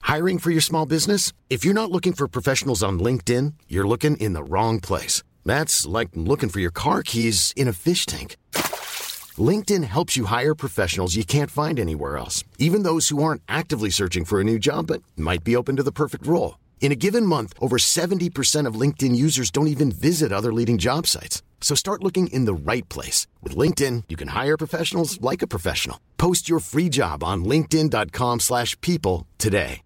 Hiring for your small business? If you're not looking for professionals on LinkedIn, you're looking in the wrong place. That's like looking for your car keys in a fish tank. LinkedIn helps you hire professionals you can't find anywhere else, even those who aren't actively searching for a new job but might be open to the perfect role. In a given month, over 70% of LinkedIn users don't even visit other leading job sites. So start looking in the right place. With LinkedIn, you can hire professionals like a professional. Post your free job on linkedin.com/people today.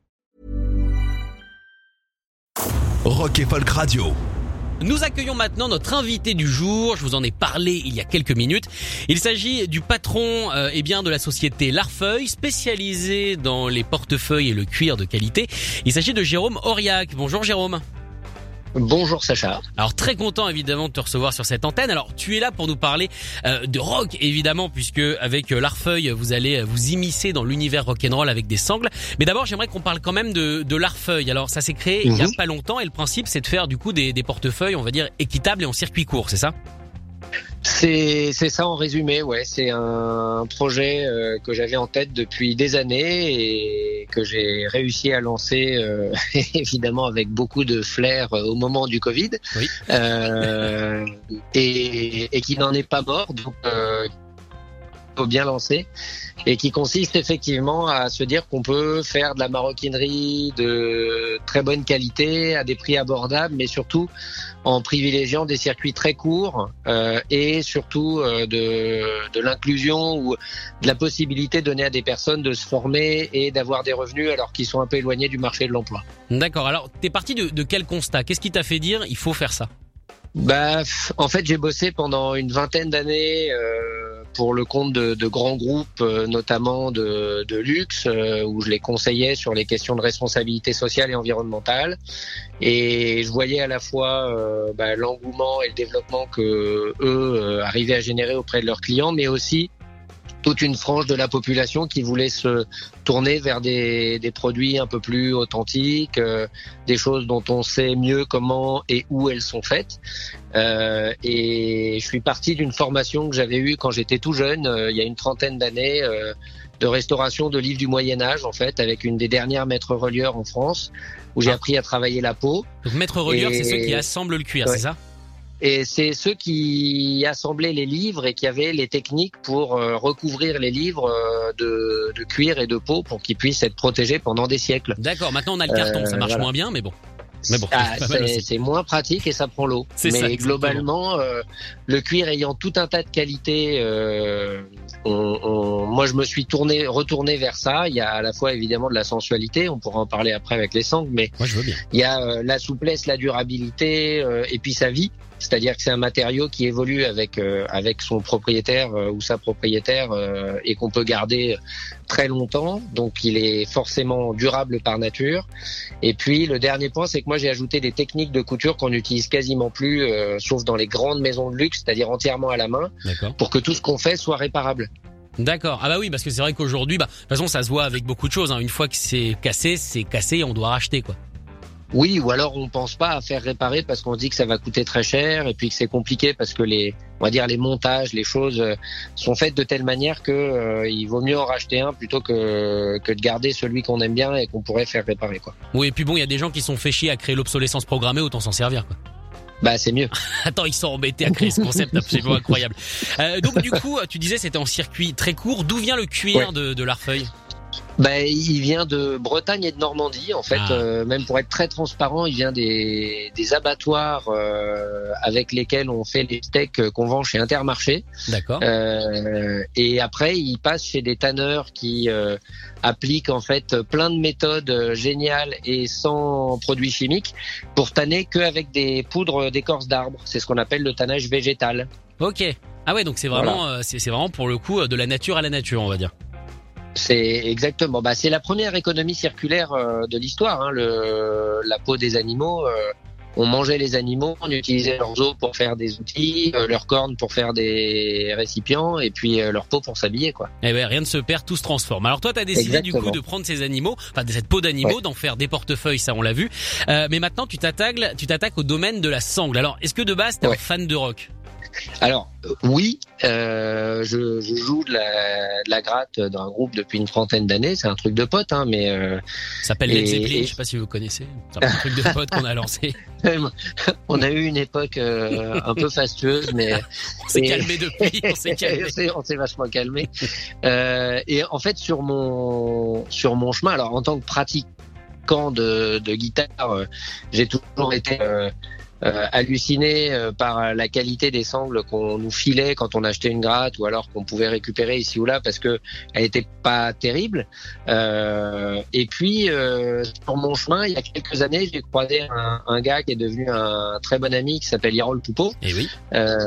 Rock et Folk Radio. Nous accueillons maintenant notre invité du jour. Je vous en ai parlé il y a quelques minutes. Il s'agit du patron de la société L'Arfeuille, spécialisée dans les portefeuilles et le cuir de qualité. Il s'agit de Jérôme Auriac. Bonjour Jérôme. Bonjour Sacha. Alors très content évidemment de te recevoir sur cette antenne. Alors tu es là pour nous parler de rock évidemment, puisque avec L'Arfeuille vous allez vous immiscer dans l'univers rock'n'roll avec des sangles. Mais d'abord j'aimerais qu'on parle quand même de L'Arfeuille. Alors ça s'est créé il y a pas longtemps et le principe c'est de faire du coup des portefeuilles on va dire équitables et en circuit court, c'est ça ? C'est ça en résumé, ouais. C'est un projet que j'avais en tête depuis des années et que j'ai réussi à lancer évidemment avec beaucoup de flair au moment du Covid. Oui. Et qui n'en est pas mort, donc faut bien lancer, et qui consiste effectivement à se dire qu'on peut faire de la maroquinerie de très bonne qualité à des prix abordables, mais surtout en privilégiant des circuits très courts et surtout de l'inclusion ou de la possibilité donnée à des personnes de se former et d'avoir des revenus alors qu'ils sont un peu éloignés du marché de l'emploi. D'accord, alors t'es parti de quel constat ? Qu'est-ce qui t'a fait dire il faut faire ça ? En fait, j'ai bossé pendant une vingtaine d'années pour le compte de grands groupes, notamment de luxe, où je les conseillais sur les questions de responsabilité sociale et environnementale. Et je voyais à la fois l'engouement et le développement que eux arrivaient à générer auprès de leurs clients, mais aussi toute une frange de la population qui voulait se tourner vers des produits un peu plus authentiques, des choses dont on sait mieux comment et où elles sont faites. Et je suis parti d'une formation que j'avais eue quand j'étais tout jeune, il y a une trentaine d'années, de restauration de livres du Moyen-Âge, en fait, avec une des dernières maîtres relieurs en France, où j'ai appris à travailler la peau. Donc maître relieur, c'est ceux qui assemblent le cuir, ouais. C'est ça ? Et c'est ceux qui assemblaient les livres et qui avaient les techniques pour recouvrir les livres de cuir et de peau pour qu'ils puissent être protégés pendant des siècles. D'accord, maintenant on a le carton, ça marche moins bien, mais bon. C'est moins pratique et ça prend l'eau. Mais globalement, le cuir ayant tout un tas de qualités, moi je me suis retourné vers ça. Il y a à la fois évidemment de la sensualité, on pourra en parler après avec les sangles, mais moi, je veux bien. Il y a la souplesse, la durabilité et puis sa vie. C'est-à-dire que c'est un matériau qui évolue avec son propriétaire ou sa propriétaire et qu'on peut garder très longtemps. Donc il est forcément durable par nature. Et puis le dernier point, c'est que moi j'ai ajouté des techniques de couture qu'on n'utilise quasiment plus, sauf dans les grandes maisons de luxe, c'est-à-dire entièrement à la main, pour que tout ce qu'on fait soit réparable. D'accord. Ah bah oui, parce que c'est vrai qu'aujourd'hui, de toute façon ça se voit avec beaucoup de choses. Hein. Une fois que c'est cassé et on doit racheter quoi. Oui, ou alors on pense pas à faire réparer parce qu'on dit que ça va coûter très cher et puis que c'est compliqué parce que les montages, les choses sont faites de telle manière que il vaut mieux en racheter un plutôt que de garder celui qu'on aime bien et qu'on pourrait faire réparer quoi. Oui, et puis bon, il y a des gens qui sont fait chier à créer l'obsolescence programmée, autant s'en servir quoi. C'est mieux. Attends, ils sont embêtés à créer ce concept absolument incroyable. Donc du coup, tu disais c'était en circuit très court. D'où vient le cuir de L'Arfeuille ? Il vient de Bretagne et de Normandie, en fait. Même pour être très transparent, il vient des abattoirs avec lesquels on fait les steaks qu'on vend chez Intermarché. D'accord. Et après, il passe chez des tanneurs qui appliquent en fait plein de méthodes géniales et sans produits chimiques pour tanner qu'avec des poudres d'écorce d'arbres. C'est ce qu'on appelle le tannage végétal. Ok. Ah ouais, donc c'est vraiment, c'est vraiment pour le coup de la nature à la nature, on va dire. C'est exactement. C'est la première économie circulaire de l'histoire. Hein, la peau des animaux. On mangeait les animaux, on utilisait leurs os pour faire des outils, leurs cornes pour faire des récipients, et puis leur peau pour s'habiller, quoi. Eh ben, rien ne se perd, tout se transforme. Alors toi, t'as décidé du coup de prendre ces animaux, enfin de cette peau d'animaux, d'en faire des portefeuilles, ça on l'a vu. Mais maintenant, tu t'attaques au domaine de la sangle. Alors, est-ce que de base t'es un fan de rock ? Alors oui, je joue de la gratte dans un groupe depuis une trentaine d'années. C'est un truc de pote, hein, mais Ça s'appelle Led Zeppelin. Je sais pas si vous connaissez. C'est un truc de pote qu'on a lancé. On a eu une époque un peu fastueuse, mais on s'est calmé depuis. On s'est calmé. On s'est vachement calmé. Et en fait, sur mon chemin, alors en tant que pratiquant de guitare, j'ai toujours été halluciné par la qualité des sangles qu'on nous filait quand on achetait une gratte, ou alors qu'on pouvait récupérer ici ou là parce que elle était pas terrible. Et puis sur mon chemin, il y a quelques années, j'ai croisé un gars qui est devenu un très bon ami qui s'appelle Yarol Poupeau. Et oui.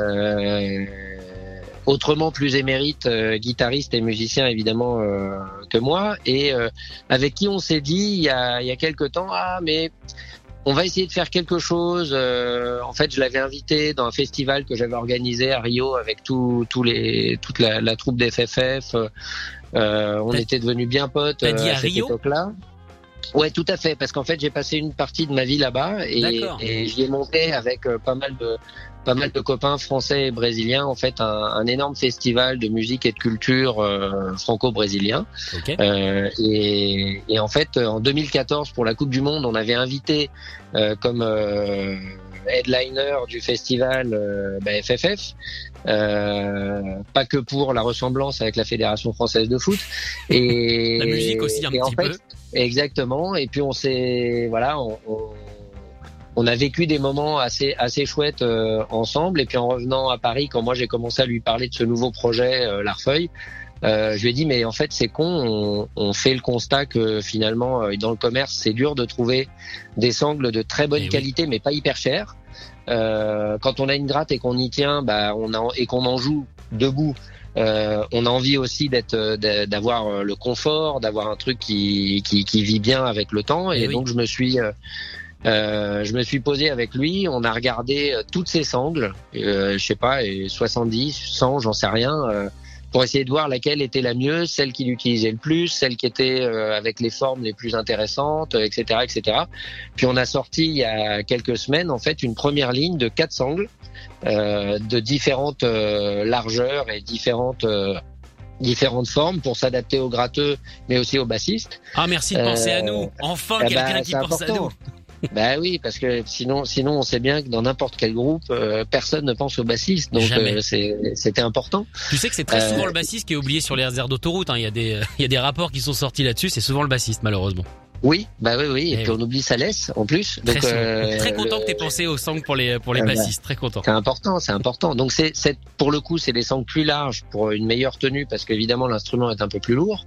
Autrement plus émérite, guitariste et musicien évidemment que moi, et avec qui on s'est dit il y a quelque temps, mais on va essayer de faire quelque chose. En fait, je l'avais invité dans un festival que j'avais organisé à Rio avec toute la troupe des FFF. On était devenus bien potes à cette époque-là. Ouais, tout à fait, parce qu'en fait, j'ai passé une partie de ma vie là-bas et j'y ai monté avec pas mal de copains français et brésiliens, en fait, un énorme festival de musique et de culture franco-brésilien. Okay. Et en fait, en 2014, pour la Coupe du Monde, on avait invité comme headliner du festival FFF, pas que pour la ressemblance avec la Fédération française de foot, et la musique aussi un petit peu. Exactement. Et puis on a vécu des moments assez chouettes ensemble. Et puis en revenant à Paris, quand moi j'ai commencé à lui parler de ce nouveau projet, l'Arfeuille, je lui ai dit mais en fait c'est con, on fait le constat que finalement dans le commerce c'est dur de trouver des sangles de très bonne qualité, mais pas hyper chères. Quand on a une gratte et qu'on y tient, et qu'on en joue debout, on a envie aussi d'avoir le confort, d'avoir un truc qui vit bien avec le temps. Et donc je me suis posé avec lui, on a regardé toutes ces sangles, je sais pas, 70, 100, j'en sais rien, pour essayer de voir laquelle était la mieux, celle qu'il utilisait le plus, celle qui était avec les formes les plus intéressantes, etc., etc. Puis on a sorti il y a quelques semaines en fait une première ligne de 4 sangles de différentes largeurs et différentes formes pour s'adapter aux gratteux, mais aussi aux bassistes. Ah, merci de penser à nous. Enfin, quelqu'un qui pense à nous. Bah oui, parce que sinon on sait bien que dans n'importe quel groupe, personne ne pense au bassiste, donc c'était important. Tu sais que c'est très souvent le bassiste qui est oublié sur les aires d'autoroute, hein. Il y a des rapports qui sont sortis là-dessus, c'est souvent le bassiste malheureusement. Oui, oui, et puis on oublie sa laisse en plus. Donc très content que t'aies pensé aux sangles pour les bassistes, très content. C'est important. Donc c'est pour le coup, c'est des sangles plus larges pour une meilleure tenue parce qu'évidemment l'instrument est un peu plus lourd.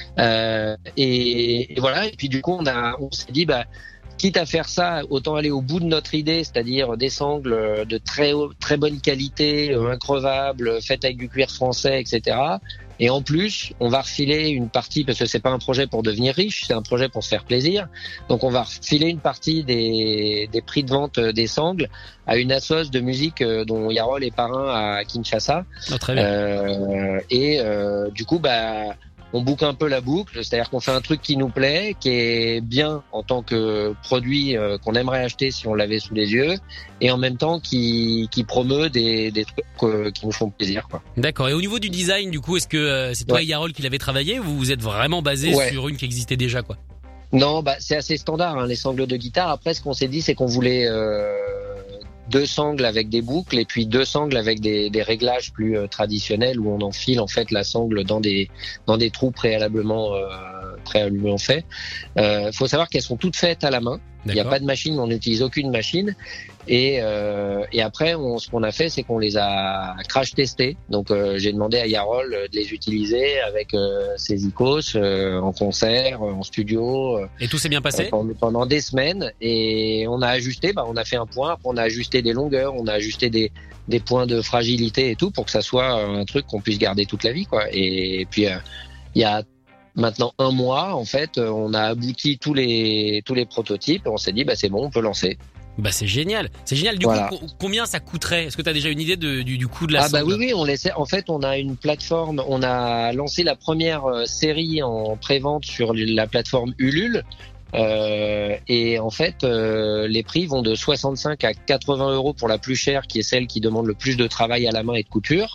Et voilà, et puis du coup on s'est dit quitte à faire ça, autant aller au bout de notre idée, c'est-à-dire des sangles de très bonne qualité, increvables, faites avec du cuir français, etc. Et en plus, on va refiler une partie, parce que c'est pas un projet pour devenir riche, c'est un projet pour se faire plaisir. Donc on va refiler une partie des prix de vente des sangles à une assoce de musique dont Yarol est parrain à Kinshasa. Oh, très bien. Du coup, on boucle un peu la boucle, c'est-à-dire qu'on fait un truc qui nous plaît, qui est bien en tant que produit qu'on aimerait acheter si on l'avait sous les yeux, et en même temps qui promeut des trucs qui nous font plaisir, quoi. D'accord. Et au niveau du design, du coup, est-ce que c'est toi et Yarol qui l'avez travaillé, ou vous êtes vraiment basé sur une qui existait déjà, quoi? Non, c'est assez standard, hein, les sangles de guitare. Après, ce qu'on s'est dit, c'est qu'on voulait 2 sangles avec des boucles et puis 2 sangles avec des réglages plus traditionnels où on enfile en fait la sangle dans des trous préalablement faits. Faut savoir qu'elles sont toutes faites à la main. Il n'y a pas de machine, on n'utilise aucune machine. Et après, ce qu'on a fait, c'est qu'on les a crash testés. Donc, j'ai demandé à Yarol de les utiliser avec ses icos en concert, en studio. Et tout s'est bien passé pendant des semaines. Et on a ajusté. On a fait un point. Après, on a ajusté des longueurs, on a ajusté des points de fragilité et tout pour que ça soit un truc qu'on puisse garder toute la vie, quoi. Et puis, il y a maintenant 1 mois, en fait, on a abouti tous les prototypes. Et on s'est dit, c'est bon, on peut lancer. C'est génial. Du coup, combien ça coûterait? Est-ce que tu as déjà une idée du coût de la sangle? Oui, en fait, on a une plateforme, on a lancé la première série en pré-vente sur la plateforme Ulule. Et en fait, les prix vont de 65 à 80 euros pour la plus chère, qui est celle qui demande le plus de travail à la main et de couture.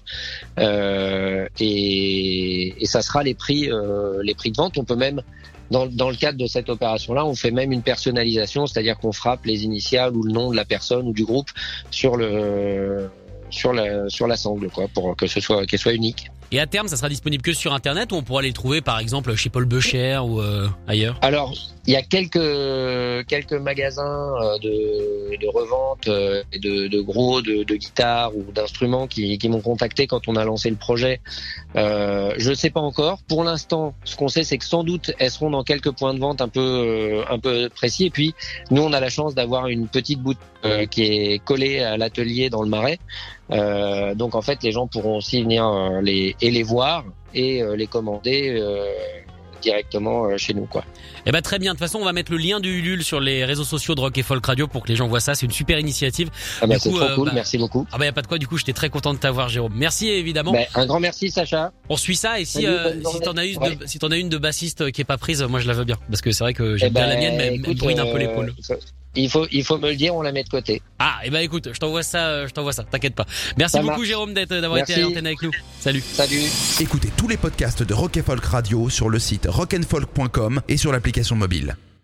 Et ça sera les prix de vente. On peut même, dans le cadre de cette opération-là, on fait même une personnalisation, c'est-à-dire qu'on frappe les initiales ou le nom de la personne ou du groupe sur la sangle, quoi, pour qu'elle soit unique. Et à terme, ça sera disponible que sur Internet, ou on pourra les trouver par exemple chez Paul Beucher ou ailleurs? Alors, il y a quelques magasins de revente et de gros de guitares ou d'instruments qui m'ont contacté quand on a lancé le projet. Je ne sais pas encore. Pour l'instant, ce qu'on sait, c'est que sans doute elles seront dans quelques points de vente un peu précis. Et puis, nous, on a la chance d'avoir une petite boutique qui est collée à l'atelier dans le Marais. Donc en fait, les gens pourront aussi venir les voir et les commander directement chez nous, quoi. Eh ben très bien. De toute façon, on va mettre le lien du Ulule sur les réseaux sociaux de Rock et Folk Radio pour que les gens voient ça. C'est une super initiative. Ah bah, c'est trop cool. Merci beaucoup. Ah bah y a pas de quoi. Du coup, j'étais très content de t'avoir, Jérôme. Merci évidemment. Bah, un grand merci, Sacha. On suit ça, et si t'en as une de bassiste qui est pas prise, moi je la veux bien, parce que c'est vrai que j'aime bien la mienne, mais elle me brûle un peu l'épaule. Il faut me le dire, on la met de côté. Ah, et ben écoute, je t'envoie ça, t'inquiète pas. Merci beaucoup, Jérôme, d'avoir été à l'antenne avec nous. Salut. Écoutez tous les podcasts de Rock et Folk Radio sur le site rockandfolk.com et sur l'application mobile.